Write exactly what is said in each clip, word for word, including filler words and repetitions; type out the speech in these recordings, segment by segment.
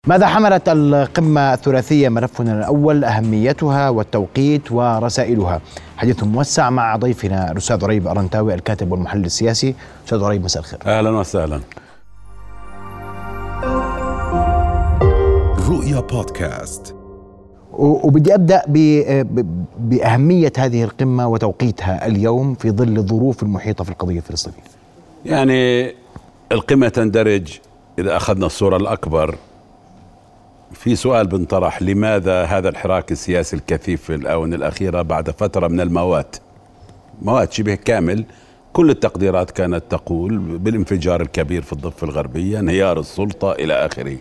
ماذا حملت القمة الثلاثية ملفنا الأول، أهميتها والتوقيت ورسائلها؟ حديث موسع مع ضيفنا الأستاذ عريب أرنتاوي الكاتب والمحلل السياسي. أستاذ عريب مساء الخير. أهلا وسهلا. رؤيا بودكاست. وبدي أبدأ بأهمية هذه القمة وتوقيتها اليوم في ظل الظروف المحيطة في القضية الفلسطينية. يعني القمة تندرج، إذا أخذنا الصورة الأكبر، في سؤال بنطرح: لماذا هذا الحراك السياسي الكثيف في الآونة الأخيرة بعد فترة من الموات موات شبه كامل؟ كل التقديرات كانت تقول بالانفجار الكبير في الضفة الغربية، انهيار السلطة إلى آخره.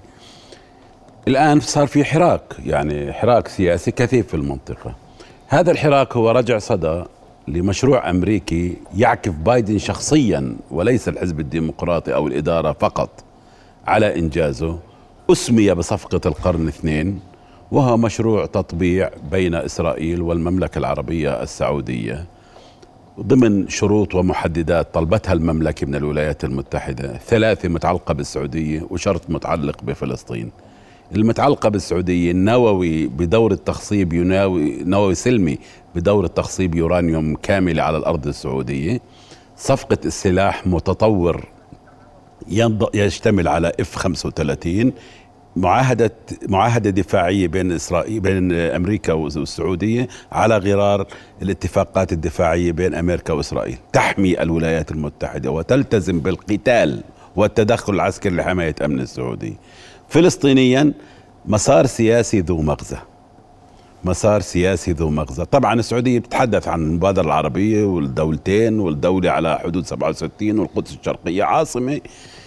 الآن صار في حراك، يعني حراك سياسي كثيف في المنطقة. هذا الحراك هو رجع صدى لمشروع أمريكي يعكف بايدن شخصيا وليس الحزب الديمقراطي أو الإدارة فقط على إنجازه، أسمي بصفقة القرن اثنين، وهو مشروع تطبيع بين إسرائيل والمملكة العربية السعودية ضمن شروط ومحددات طلبتها المملكة من الولايات المتحدة، ثلاثة متعلقة بالسعودية وشرط متعلق بفلسطين. المتعلقة بالسعودية النووي بدور التخصيب، يناوي نووي سلمي بدور التخصيب يورانيوم كامل على الأرض السعودية. صفقة السلاح متطور يشتمل على إف خمسة وثلاثين، معاهدة معاهدة دفاعية بين إسرائيل بين أمريكا والسعودية على غرار الاتفاقات الدفاعية بين أمريكا وإسرائيل، تحمي الولايات المتحدة وتلتزم بالقتال والتدخل العسكري لحماية أمن السعودية. فلسطينيا مسار سياسي ذو مغزى، مسار سياسي ذو مغزى. طبعا السعودية بتتحدث عن المبادرة العربية والدولتين والدولة على حدود سبعة وستين والقدس الشرقية عاصمة،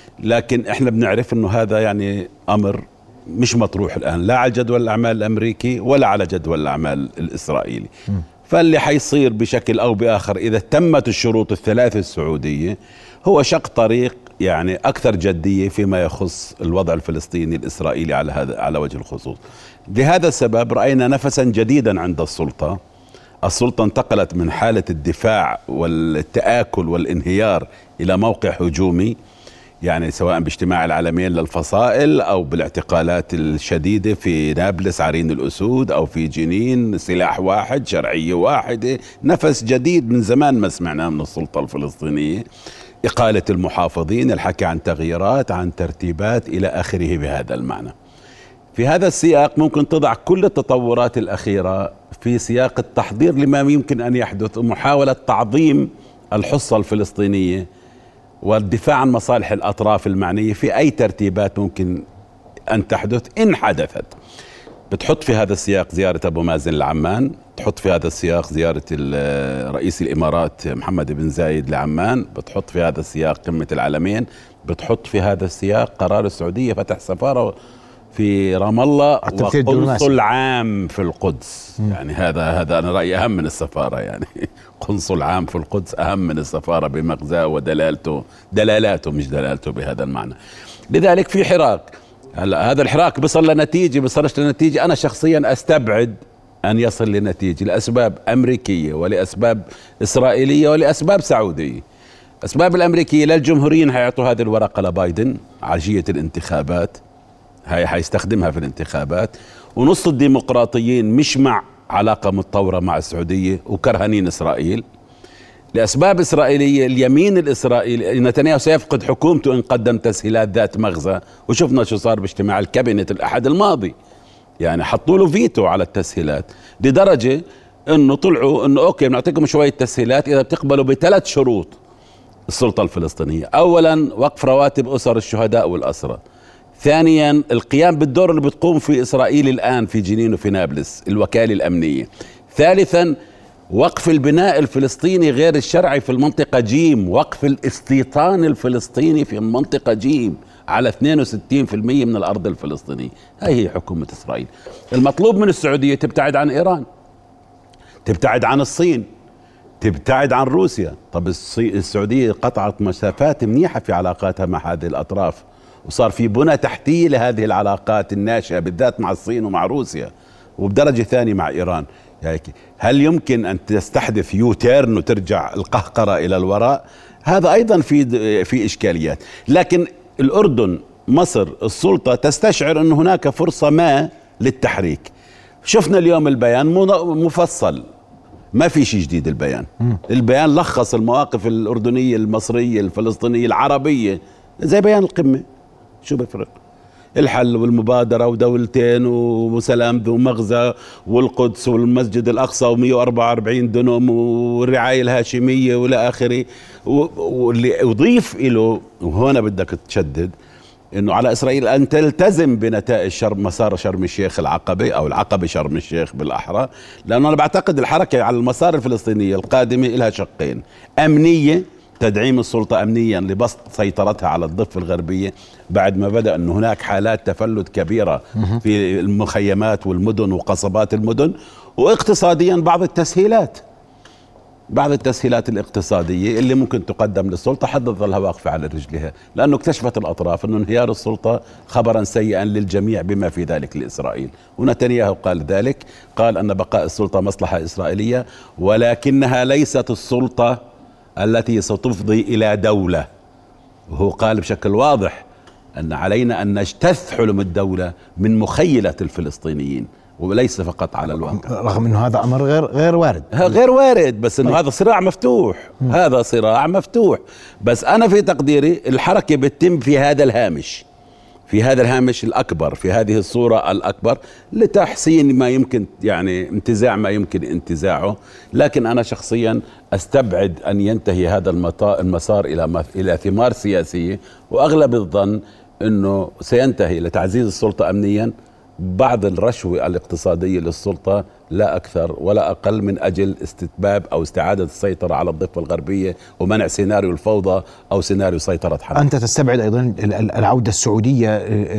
لكن احنا بنعرف انه هذا يعني امر مش مطروح الان لا على جدول الاعمال الامريكي ولا على جدول الاعمال الاسرائيلي. م. فاللي حيصير بشكل او باخر اذا تمت الشروط الثلاثة السعودية هو شق طريق يعني اكثر جدية فيما يخص الوضع الفلسطيني الاسرائيلي على هذا على وجه الخصوص. لهذا السبب رأينا نفسا جديدا عند السلطة. السلطة انتقلت من حالة الدفاع والتآكل والانهيار إلى موقع هجومي، يعني سواء باجتماع العالمين للفصائل أو بالاعتقالات الشديدة في نابلس عرين الأسود أو في جنين، سلاح واحد، شرعية واحدة، نفس جديد من زمان ما سمعناه من السلطة الفلسطينية. إقالة المحافظين، الحكي عن تغييرات، عن ترتيبات إلى آخره بهذا المعنى. في هذا السياق ممكن تضع كل التطورات الأخيرة في سياق التحضير لما يمكن أن يحدث، محاولة تعظيم الحصة الفلسطينية والدفاع عن مصالح الأطراف المعنية في أي ترتيبات ممكن أن تحدث إن حدثت. بتحط في هذا السياق زيارة أبو مازن لعمان، تحط في هذا السياق زيارة رئيس الإمارات محمد بن زايد لعمان، بتحط في هذا السياق قمة العالمين، بتحط في هذا السياق قرار السعودية فتح سفارة في رام الله وقنصل عام في القدس. م. يعني هذا هذا أنا رأيي أهم من السفارة، يعني قنصل عام في القدس أهم من السفارة بمغزاه ودلالته، دلالاته مش دلالته بهذا المعنى. لذلك في حراك. هلا هذا الحراك بيصل لنتيجة بيصلش لنتيجة، أنا شخصيا أستبعد أن يصل لنتيجة لأسباب أمريكية ولأسباب إسرائيلية ولأسباب سعودية. أسباب الأمريكية للجمهوريين هيعطوا هذه الورقة لبايدن عاجية الانتخابات، هاي حيستخدمها في الانتخابات، ونص الديمقراطيين مش مع علاقة متطورة مع السعودية وكرهانين إسرائيل. لأسباب إسرائيلية، اليمين الإسرائيلي نتنياهو سيفقد حكومته إن قدم تسهيلات ذات مغزى، وشفنا شو صار باجتماع الكابينت الأحد الماضي، يعني حطوا له فيتو على التسهيلات لدرجة إنه طلعوا إنه أوكي بنعطيكم شوية تسهيلات إذا بتقبلوا بثلاث شروط السلطة الفلسطينية. أولا وقف رواتب أسر الشهداء والأسرى، ثانيا القيام بالدور اللي بتقوم في إسرائيل الآن في جنين وفي نابلس الوكالة الأمنية، ثالثا وقف البناء الفلسطيني غير الشرعي في المنطقة جيم، وقف الاستيطان الفلسطيني في المنطقة جيم على اثنين وستين بالمئة من الأرض الفلسطينية. هاي هي حكومة إسرائيل. المطلوب من السعودية تبتعد عن إيران، تبتعد عن الصين، تبتعد عن روسيا. طب السعودية قطعت مسافات منيحة في علاقاتها مع هذه الأطراف، وصار في بنى تحتية لهذه العلاقات الناشئة بالذات مع الصين ومع روسيا، وبدرجة ثانية مع إيران. يعني هل يمكن أن تستحدث يوتيرن وترجع القهقرة إلى الوراء؟ هذا أيضا في في إشكاليات. لكن الأردن مصر السلطة تستشعر أن هناك فرصة ما للتحريك. شفنا اليوم البيان مفصل، ما في شيء جديد. البيان م. البيان لخص المواقف الأردنية المصرية الفلسطينية العربية زي بيان القمة. شو بفرق؟ الحل والمبادرة ودولتين وسلام ذو مغزى والقدس والمسجد الأقصى ومئة وأربعة وأربعين دنم والرعاية الهاشمية والى آخره. واللي أضيف له، وهنا بدك تشدد، انه على اسرائيل ان تلتزم بنتائج شرم مسار شرم الشيخ العقبه او العقبه شرم الشيخ بالاحرى، لانه انا بعتقد الحركه على المسار الفلسطينيه القادمه لها شقين: امنيه، تدعيم السلطه امنيا لبسط سيطرتها على الضفه الغربيه بعد ما بدا ان هناك حالات تفلت كبيره في المخيمات والمدن وقصبات المدن، واقتصاديا بعض التسهيلات بعض التسهيلات الاقتصادية اللي ممكن تقدم للسلطة حتى تظلها واقفة على رجلها، لأنه اكتشفت الأطراف أن انهيار السلطة خبرا سيئا للجميع بما في ذلك لإسرائيل. ونتنياهو قال ذلك، قال أن بقاء السلطة مصلحة إسرائيلية، ولكنها ليست السلطة التي ستفضي إلى دولة. وهو قال بشكل واضح أن علينا أن نجتث حلم الدولة من مخيلة الفلسطينيين وليس فقط على الواقع، رغم انه هذا امر غير غير وارد غير وارد بس انه هذا صراع مفتوح. م. هذا صراع مفتوح، بس انا في تقديري الحركه بتتم في هذا الهامش، في هذا الهامش الاكبر، في هذه الصوره الاكبر، لتحسين ما يمكن يعني انتزاع ما يمكن انتزاعه. لكن انا شخصيا استبعد ان ينتهي هذا المسار الى الى ثمار سياسيه، واغلب الظن انه سينتهي لتعزيز السلطه امنيا، بعض الرشوة الاقتصادية للسلطة لا أكثر ولا أقل من أجل استتباب أو استعادة السيطرة على الضفة الغربية ومنع سيناريو الفوضى أو سيناريو سيطرة حرب. أنت تستبعد أيضا العودة السعودية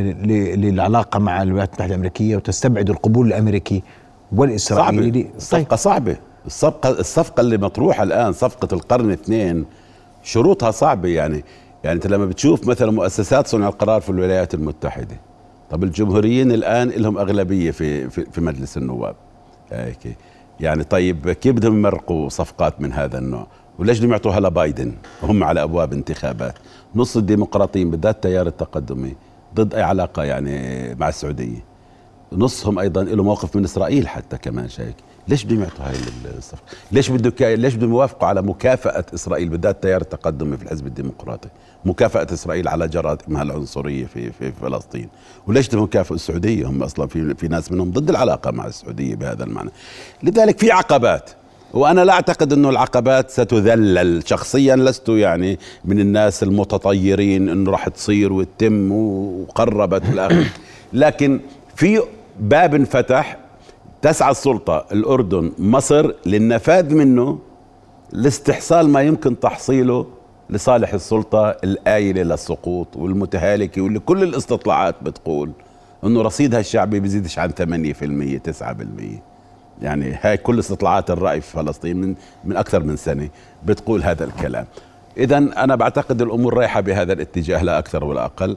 للعلاقة مع الولايات المتحدة الأمريكية، وتستبعد القبول الأمريكي والإسرائيلي. الصفقة صعبة، الصفقة الصفقة اللي مطروحة الآن صفقة القرن اثنين شروطها صعبة. يعني يعني أنت لما بتشوف مثلا مؤسسات صنع القرار في الولايات المتحدة، طب الجمهوريين الآن لهم أغلبية في في, في مجلس النواب، هيك يعني طيب كيف بدهم يمرقوا صفقات من هذا النوع؟ وليش بدهم يعطوها لبايدن وهم على أبواب انتخابات؟ نص الديمقراطيين بالذات التيار التقدمي ضد أي علاقة يعني مع السعودية، نصهم أيضا له موقف من إسرائيل حتى كمان شيك. ليش بدهم يعطوا هاي الصفقة؟ ليش بده ليش بدهم يوافقوا على مكافأة إسرائيل بالذات التيار التقدمي في الحزب الديمقراطي، مكافأة إسرائيل على جرائمها العنصرية في في فلسطين؟ وليش بدهم يكافئوا السعودية؟ هم أصلا في في ناس منهم ضد العلاقة مع السعودية بهذا المعنى. لذلك في عقبات، وأنا لا أعتقد أنه العقبات ستذلل. شخصيا لست يعني من الناس المتطيرين أنه راح تصير وتتم وقربت في الآخر، لكن في باب انفتح تسعى السلطة الأردن مصر للنفاذ منه لاستحصال ما يمكن تحصيله لصالح السلطة الآيلة للسقوط والمتهالكة، واللي كل الاستطلاعات بتقول أنه رصيدها الشعبي بيزيدش عن ثمانية بالمئة تسعة بالمئة. يعني هاي كل استطلاعات الرأي في فلسطين من, من أكثر من سنة بتقول هذا الكلام. إذا أنا بعتقد الأمور رايحة بهذا الاتجاه لا أكثر ولا أقل،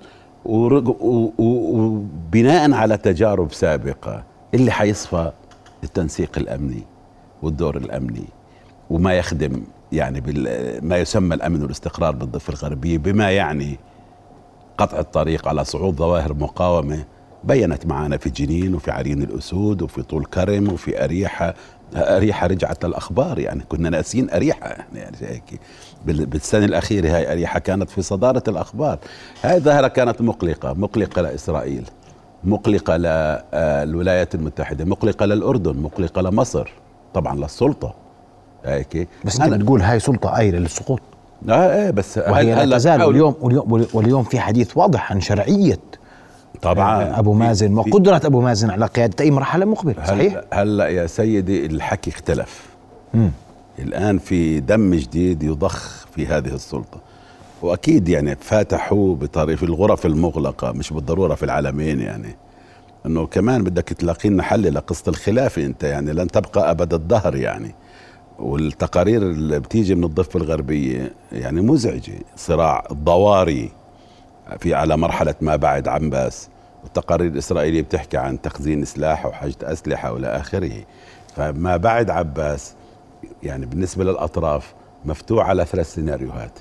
وبناء على تجارب سابقة اللي حيصفى التنسيق الأمني والدور الأمني وما يخدم يعني ما يسمى الأمن والاستقرار بالضفة الغربية، بما يعني قطع الطريق على صعود ظواهر مقاومة بينت معنا في جنين وفي عرين الأسود وفي طول كرم وفي أريحة. أريحة رجعت للأخبار، يعني كنا ناسين أريحة يعني هيك بالسنة الأخيرة. هاي أريحة كانت في صدارة الأخبار. هاي ظاهرة كانت مقلقة، مقلقة لإسرائيل، مقلقة للولايات المتحدة، مقلقة للأردن، مقلقة لمصر، طبعا للسلطة هيك. بس انت بتقول هاي سلطة آيلة للسقوط. اه ايه بس وهي لا تزال، واليوم واليوم واليوم في حديث واضح عن شرعية طبعا ابو مازن وقدرة ابو مازن على قيادة اي مرحلة مقبلة. صحيح؟ هلا يا سيدي الحكي اختلف. م. الان في دم جديد يضخ في هذه السلطة، واكيد يعني فاتحوا بطريق في الغرف المغلقة، مش بالضرورة في العالمين، يعني انه كمان بدك تلاقي لنا حل لقصة الخلافة. انت يعني لن تبقى ابد الدهر يعني. والتقارير اللي بتيجي من الضفة الغربية يعني مزعجة، صراع ضواري في على مرحلة ما بعد عباس، والتقارير الإسرائيلية بتحكي عن تخزين سلاح وحشد أسلحة وإلى آخره. فما بعد عباس يعني بالنسبة للأطراف مفتوح على ثلاث سيناريوهات: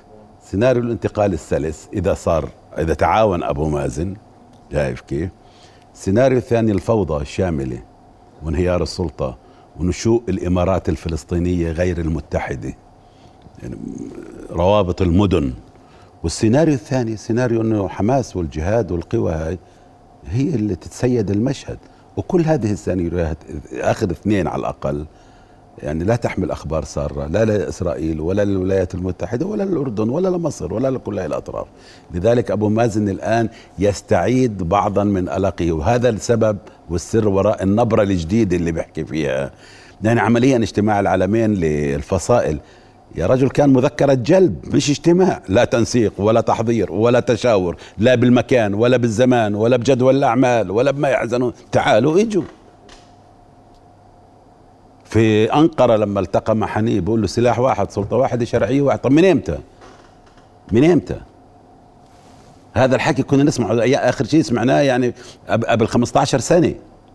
سيناريو الانتقال السلس إذا صار، إذا تعاون أبو مازن، شايف كيف؟ السيناريو الثاني الفوضى الشاملة وانهيار السلطة ونشوء الإمارات الفلسطينية غير المتحدة، يعني روابط المدن. والسيناريو الثاني سيناريو أنه حماس والجهاد والقوى هاي هي اللي تتسيد المشهد. وكل هذه السيناريوهات آخر اثنين على الأقل يعني لا تحمل أخبار سارة لا لإسرائيل ولا للولايات المتحدة ولا للأردن ولا لمصر ولا لكل هذه الأطراف. لذلك أبو مازن الآن يستعيد بعضا من قلقه، وهذا السبب والسر وراء النبرة الجديدة اللي بيحكي فيها. يعني عمليا اجتماع العالمين للفصائل يا رجل كان مذكرة جلب مش اجتماع، لا تنسيق ولا تحضير ولا تشاور، لا بالمكان ولا بالزمان ولا بجدول الأعمال ولا بما يحزنون. تعالوا اجوا. في أنقرة لما التقى مع حنيف بقول له سلاح واحد سلطة واحدة شرعية واحد. طب من امتى؟ من امتى؟ هذا الحكي كنا نسمعه آخر شيء سمعناه يعني قبل خمسة عشر سنة.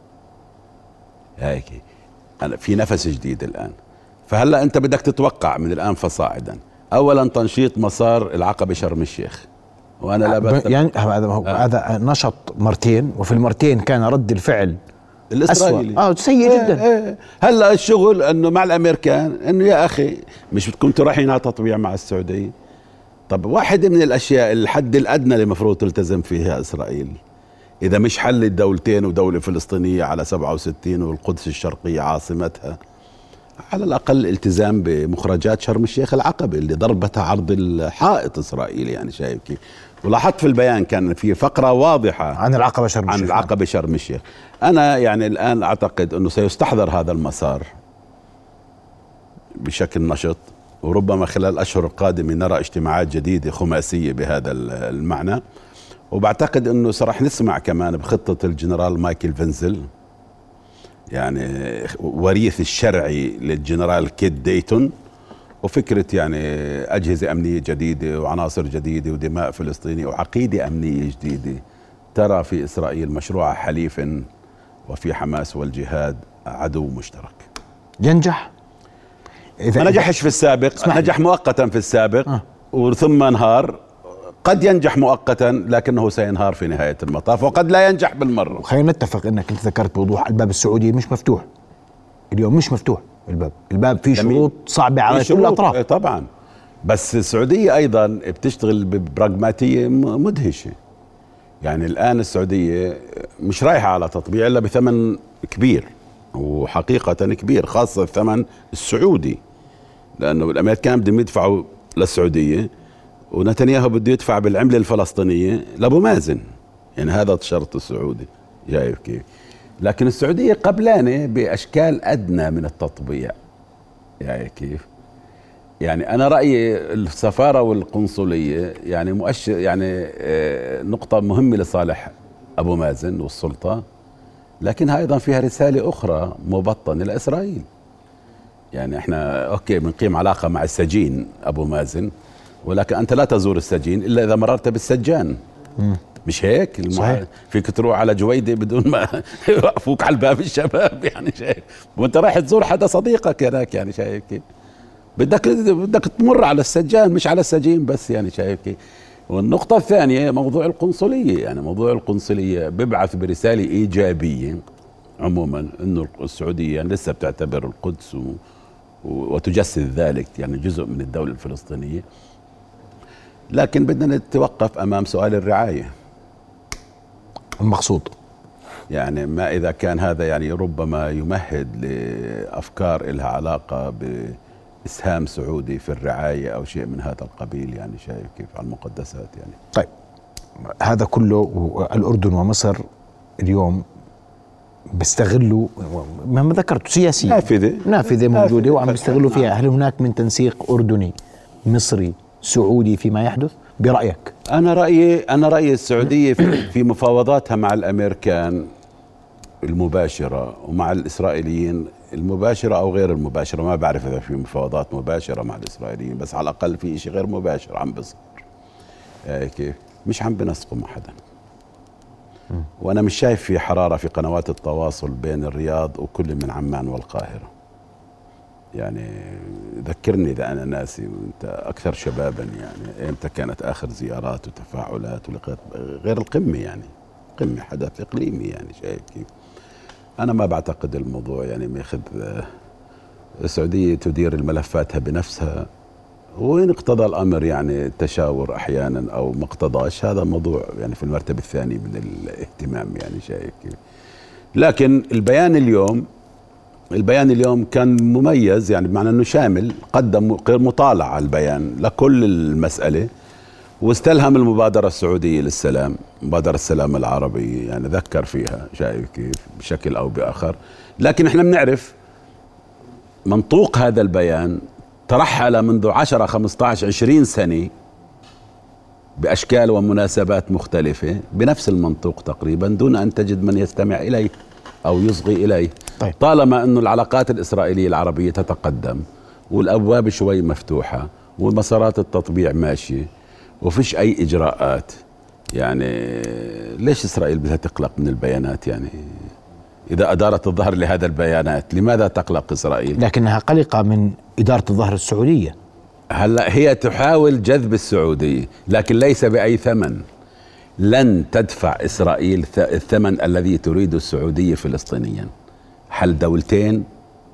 هيك أنا في نفس جديد الآن. فهلا أنت بدك تتوقع من الآن فصاعدا أولا تنشيط مسار العقبة شرم الشيخ، وأنا لا بس يعني هذا آه. هذا نشط مرتين وفي المرتين كان رد الفعل الإسرائيلي اه سيء ايه جدا. ايه. هلا الشغل انه مع الامريكان انه يا اخي مش كنتوا رايحين على تطبيع مع السعوديه؟ طب واحده من الاشياء الحد الادنى اللي المفروض تلتزم فيها اسرائيل اذا مش حل الدولتين ودوله فلسطينيه على سبعة وستين والقدس الشرقيه عاصمتها، على الاقل التزام بمخرجات شرم الشيخ العقبه اللي ضربتها عرض الحائط اسرائيل. يعني شايف كيف؟ ولاحظت في البيان كان في فقرة واضحة عن العقبة شرم الشيخ. عن العقبة شرم الشيخ. أنا يعني الآن أعتقد أنه سيستحضر هذا المسار بشكل نشط، وربما خلال الأشهر القادمة نرى اجتماعات جديدة خماسية بهذا المعنى. وبعتقد أنه سرح نسمع كمان بخطة الجنرال مايكل فينزل، يعني وريث الشرعي للجنرال كيت ديتون، وفكرة يعني أجهزة أمنية جديدة وعناصر جديدة ودماء فلسطينية وعقيدة أمنية جديدة ترى في إسرائيل مشروع حليف وفي حماس والجهاد عدو مشترك. ينجح؟ إذا ما نجحش في السابق، نجح مؤقتا في السابق أه. وثم انهار. قد ينجح مؤقتا لكنه سينهار في نهاية المطاف، وقد لا ينجح بالمرة. خلينا نتفق أنك أنت ذكرت بوضوح الباب السعودي مش مفتوح اليوم، مش مفتوح الباب، الباب فيه شروط صعبة على كل الأطراف. طبعا، بس السعودية أيضا بتشتغل ببراغماتية مدهشة. يعني الآن السعودية مش رايحة على تطبيع إلا بثمن كبير، وحقيقة كبير، خاصة الثمن السعودي، لأنه الأمريكان بدهم يدفعوا للسعودية ونتنياهو بده يدفع بالعملة الفلسطينية لأبو مازن. يعني هذا الشرط السعودي، شايف كيف؟ لكن السعودية قبلانة بأشكال أدنى من التطبيع. يعني كيف؟ يعني أنا رأيي السفارة والقنصلية يعني مؤشر، يعني نقطة مهمة لصالح أبو مازن والسلطة، لكنها أيضا فيها رسالة أخرى مبطنة لإسرائيل. يعني إحنا أوكي بنقيم علاقة مع السجين أبو مازن، ولكن أنت لا تزور السجين إلا إذا مررت بالسجان. م. مش هيك؟ المع... فيك تروح على جويدة بدون ما يوقفوك على الباب الشباب. يعني شايف، وانت رايح تزور حدا صديقك هناك. يعني شايف كيف؟ بدك بدك تمر على السجان مش على السجين بس. يعني شايف كيف؟ والنقطة الثانية موضوع القنصلية. يعني موضوع القنصلية بيبعث برسالة إيجابية عموما انه السعودية يعني لسه بتعتبر القدس و... وتجسد ذلك يعني جزء من الدولة الفلسطينية، لكن بدنا نتوقف أمام سؤال الرعاية المقصود. يعني ما إذا كان هذا يعني ربما يمهد لأفكار إلها علاقة بإسهام سعودي في الرعاية أو شيء من هذا القبيل. يعني شايف كيف على المقدسات. يعني طيب هذا كله الأردن ومصر اليوم بيستغلوا ما ذكرت سياسية نافذة نافذة موجودة وعم بيستغلوا فيها. هل هناك من تنسيق أردني مصري سعودي فيما يحدث برأيك؟ أنا رأيي أنا رأيي السعودية في مفاوضاتها مع الأمريكان المباشرة ومع الإسرائيليين المباشرة أو غير المباشرة، ما بعرف إذا في مفاوضات مباشرة مع الإسرائيليين، بس على الأقل في شيء غير مباشر عم بصير. كيف؟ مش عم بنسقوا مع حدا. وأنا مش شايف في حرارة في قنوات التواصل بين الرياض وكل من عمان والقاهرة. يعني ذكرني اذا انا ناسي، وانت اكثر شبابا يعني، امتى كانت اخر زيارات وتفاعلات ولقاءات غير القمه؟ يعني قمه حدث اقليمي، يعني شايف كيف؟ انا ما بعتقد الموضوع يعني ما ياخذ. السعوديه تدير ملفاتها بنفسها، وإن اقتضى الامر يعني التشاور احيانا او ما اقتضاش، هذا موضوع يعني في المرتبه الثانيه من الاهتمام، يعني شايف كيف؟ لكن البيان اليوم البيان اليوم كان مميز، يعني بمعنى انه شامل، قدم مطالعه على البيان لكل المساله، واستلهم المبادره السعوديه للسلام، مبادره السلام العربي، يعني ذكر فيها، شايف كيف؟ بشكل او باخر. لكن احنا بنعرف منطوق هذا البيان ترحل منذ عشرة خمسة عشر عشرين سنه باشكال ومناسبات مختلفه بنفس المنطوق تقريبا، دون ان تجد من يستمع اليه او يصغي اليه. طيب. طالما انه العلاقات الاسرائيليه العربيه تتقدم، والابواب شوي مفتوحه، ومسارات التطبيع ماشيه، وفيش اي اجراءات، يعني ليش اسرائيل بدها تقلق من البيانات؟ يعني اذا ادارت الظهر لهذا البيانات، لماذا تقلق اسرائيل؟ لكنها قلقه من اداره الظهر السعوديه. هلا هي تحاول جذب السعوديه، لكن ليس باي ثمن. لن تدفع إسرائيل الثمن الذي تريد السعودية فلسطينيا، حل دولتين.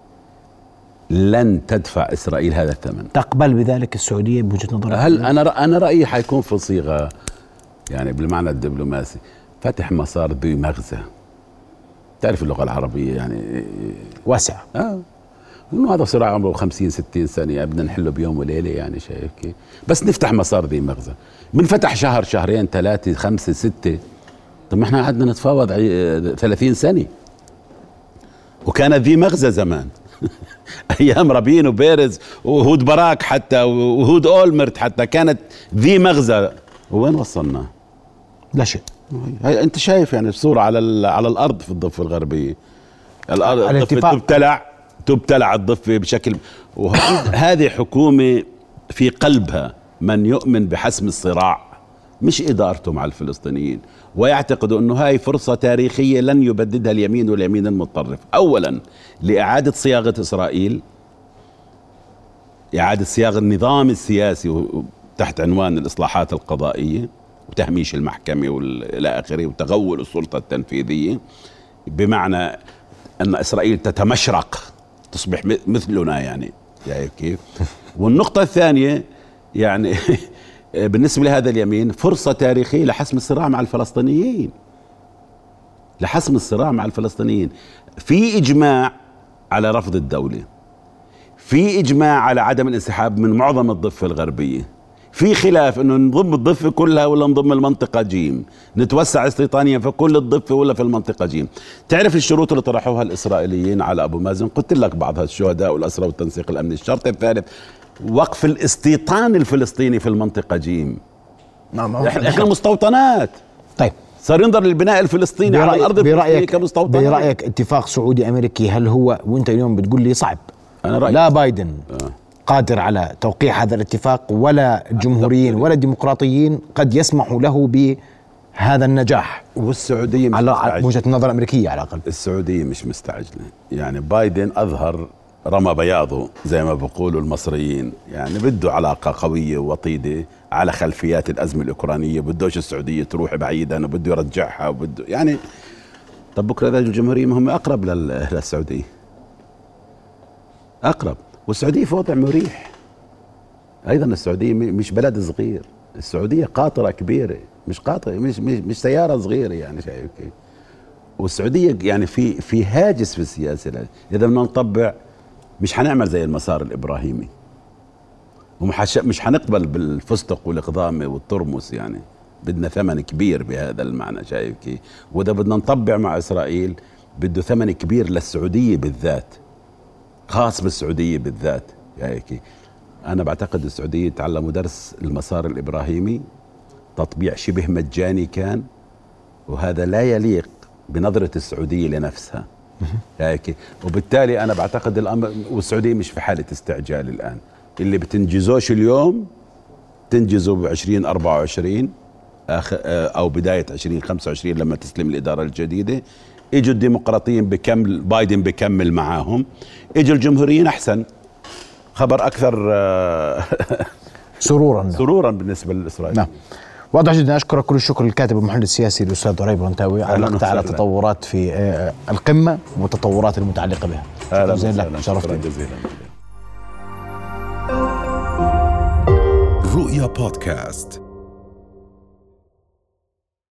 لن تدفع إسرائيل هذا الثمن. تقبل بذلك السعودية بوجهة نظرك؟ هل أنا أنا رأيي حيكون في صيغة يعني بالمعنى الدبلوماسي، فتح مسار ذي مغزى. تعرف اللغة العربية يعني واسعة. آه انه هذا صراع عمره خمسين ستين سنه، يعني بدنا نحله بيوم وليله، يعني شايف كيف؟ بس نفتح مسار ذي مغزى، بنفتح شهر شهرين ثلاثه خمسه سته. طب ما احنا قعدنا نتفاوض ثلاثين سنه، وكان ذي مغزى زمان ايام رابين وبيرز وهود باراك حتى وهود اولمرت حتى، كانت ذي مغزى. وين وصلنا؟ لا شيء. هي انت شايف يعني الصوره على على الارض في الضفه الغربيه، الارض الاتفاق تبتلع تبتلع الضفة بشكل. وهذه حكومة في قلبها من يؤمن بحسم الصراع، مش إدارته مع الفلسطينيين، ويعتقدوا أنه هاي فرصة تاريخية لن يبددها اليمين واليمين المتطرف. أولا لإعادة صياغة إسرائيل، إعادة صياغة النظام السياسي تحت عنوان الإصلاحات القضائية وتهميش المحكمة وإلى آخره، وتغول السلطة التنفيذية، بمعنى أن إسرائيل تتمشرق تصبح مثلنا، يعني يعني كيف؟ والنقطة الثانية يعني بالنسبة لهذا اليمين فرصة تاريخية لحسم الصراع مع الفلسطينيين، لحسم الصراع مع الفلسطينيين. في إجماع على رفض الدولة، في إجماع على عدم الانسحاب من معظم الضفة الغربية، في خلاف انه نضم الضفه كلها ولا نضم المنطقه جيم، نتوسع استيطانيا في كل الضفه ولا في المنطقه جيم. تعرف الشروط اللي طرحوها الاسرائيليين على ابو مازن؟ قلت لك بعضها، الشهداء والاسرى والتنسيق الامني. الشرط الثالث وقف الاستيطان الفلسطيني في المنطقه جيم. نعم. احنا مستوطنات. طيب صار ينظر للبناء الفلسطيني على الارض الفلسطينيه كمستوطنات. برايك اتفاق سعودي امريكي هل هو، وانت اليوم بتقول لي صعب، أنا رأيي لا بايدن آه. قادر على توقيع هذا الاتفاق، ولا الجمهوريين ولا الديمقراطيين قد يسمحوا له بهذا النجاح، والسعودية مش على وجهة النظر الأمريكية على الأقل. السعودية مش مستعجلة، يعني بايدن أظهر رمى بياضه زي ما بيقولوا المصريين، يعني بده علاقة قوية ووطيدة على خلفيات الأزمة الأوكرانية، بدوش السعودية تروح بعيدا وبده يرجعها وبده يعني. طب بكرة إذا الجمهورية ما هم أقرب للسعودية، أقرب، والسعودية في وضع مريح. أيضا السعودية مش بلد صغير، السعودية قاطرة كبيرة، مش قاطرة، مش مش, مش سيارة صغيرة، يعني شايف كيف؟ والسعودية يعني في في هاجس في السياسة. إذا بدنا نطبع مش حنعمل زي المسار الإبراهيمي، ومش مش حنقبل بالفستق والإقضامة والترمس، يعني بدنا ثمن كبير بهذا المعنى، شايف كيف؟ وإذا بدنا نطبع مع إسرائيل بده ثمن كبير للسعودية بالذات، خاص بالسعودية بالذات. يعني أنا بعتقد السعودية تعلموا درس المسار الإبراهيمي، تطبيع شبه مجاني كان، وهذا لا يليق بنظرة السعودية لنفسها. يعني وبالتالي أنا بعتقد الأمر، والسعودية مش في حالة استعجال الآن، اللي بتنجزوش اليوم تنجزوا ب عشرين أربعة وعشرين أو بداية عشرين خمسة وعشرين لما تسلم الإدارة الجديدة. اجوا الديمقراطيين بكمل، بايدن بكمل معاهم، اجوا الجمهوريين احسن، خبر أكثر سرورا سرورا بالنسبة للإسرائيل. نعم، واضح جدا. أشكرك كل الشكر للكاتب المحلل السياسي الأستاذ ضريب أرنتاوي. علقت على تطورات في القمة والتطورات المتعلقة بها. شكرا جزيلا. شرفت جزيلا. رؤيا بودكاست.